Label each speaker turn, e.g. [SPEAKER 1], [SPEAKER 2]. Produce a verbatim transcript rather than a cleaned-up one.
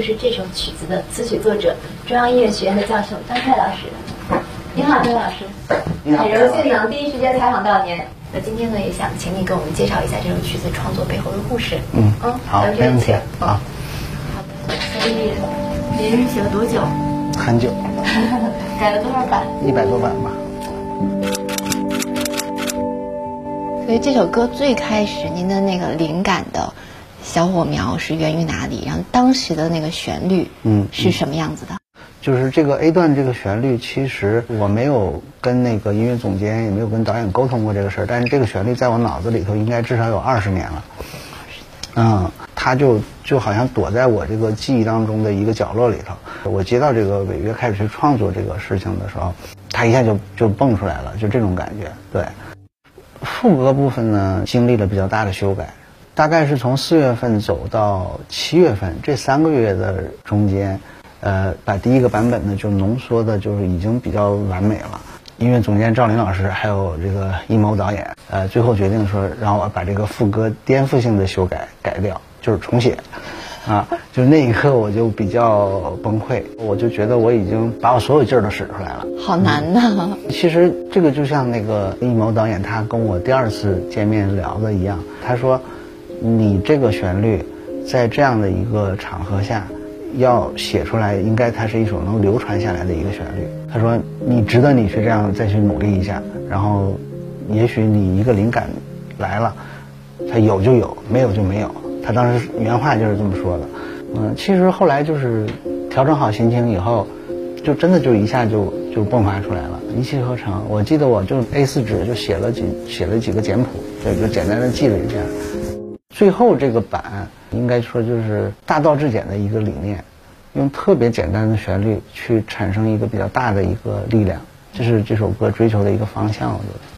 [SPEAKER 1] 就是这首曲子的词曲作者，中央音乐学院的教授张泰老师。你好，张老师。很荣幸能第一时间采访到您。那今天呢，也想请你给我们介绍一下这首曲子创作背后的故事。
[SPEAKER 2] 嗯
[SPEAKER 1] 嗯，
[SPEAKER 2] 好，没问题。好。
[SPEAKER 1] 好的。所以您写了多久？
[SPEAKER 2] 很久。
[SPEAKER 1] 改了多少版？
[SPEAKER 2] 一百多版吧。
[SPEAKER 3] 所以这首歌最开始您的那个灵感的小火苗是源于哪里？然后当时的那个旋律，嗯，是什么样子的？
[SPEAKER 2] 就是这个 A 段这个旋律，其实我没有跟那个音乐总监，也没有跟导演沟通过这个事儿，但是这个旋律在我脑子里头应该至少有二十年了。嗯，它就就好像躲在我这个记忆当中的一个角落里头。我接到这个违约开始去创作这个事情的时候，它一下就就蹦出来了，就这种感觉。对，副歌部分呢经历了比较大的修改，大概是从四月份走到七月份这三个月的中间。呃，把第一个版本呢就浓缩的，就是已经比较完美了。音乐总监赵林老师还有这个阴谋导演，呃，最后决定说让我把这个副歌颠覆性的修改改掉，就是重写。啊，就是那一刻我就比较崩溃，我就觉得我已经把我所有劲儿都使出来了。
[SPEAKER 3] 好难呐、
[SPEAKER 2] 嗯！其实这个就像那个阴谋导演他跟我第二次见面聊的一样，他说，你这个旋律在这样的一个场合下。要写出来，应该它是一首能流传下来的一个旋律。他说，你值得你去这样再去努力一下，然后，也许你一个灵感来了，它有就有，没有就没有。他当时原话就是这么说的。嗯，其实后来就是调整好心情以后，就真的就一下就就迸发出来了，一气呵成。我记得我就 A 四 纸就写了几写了几个简谱，就就简单的记了一下。最后这个版应该说就是大道至简的一个理念，用特别简单的旋律去产生一个比较大的一个力量，这是这首歌追求的一个方向，我觉得。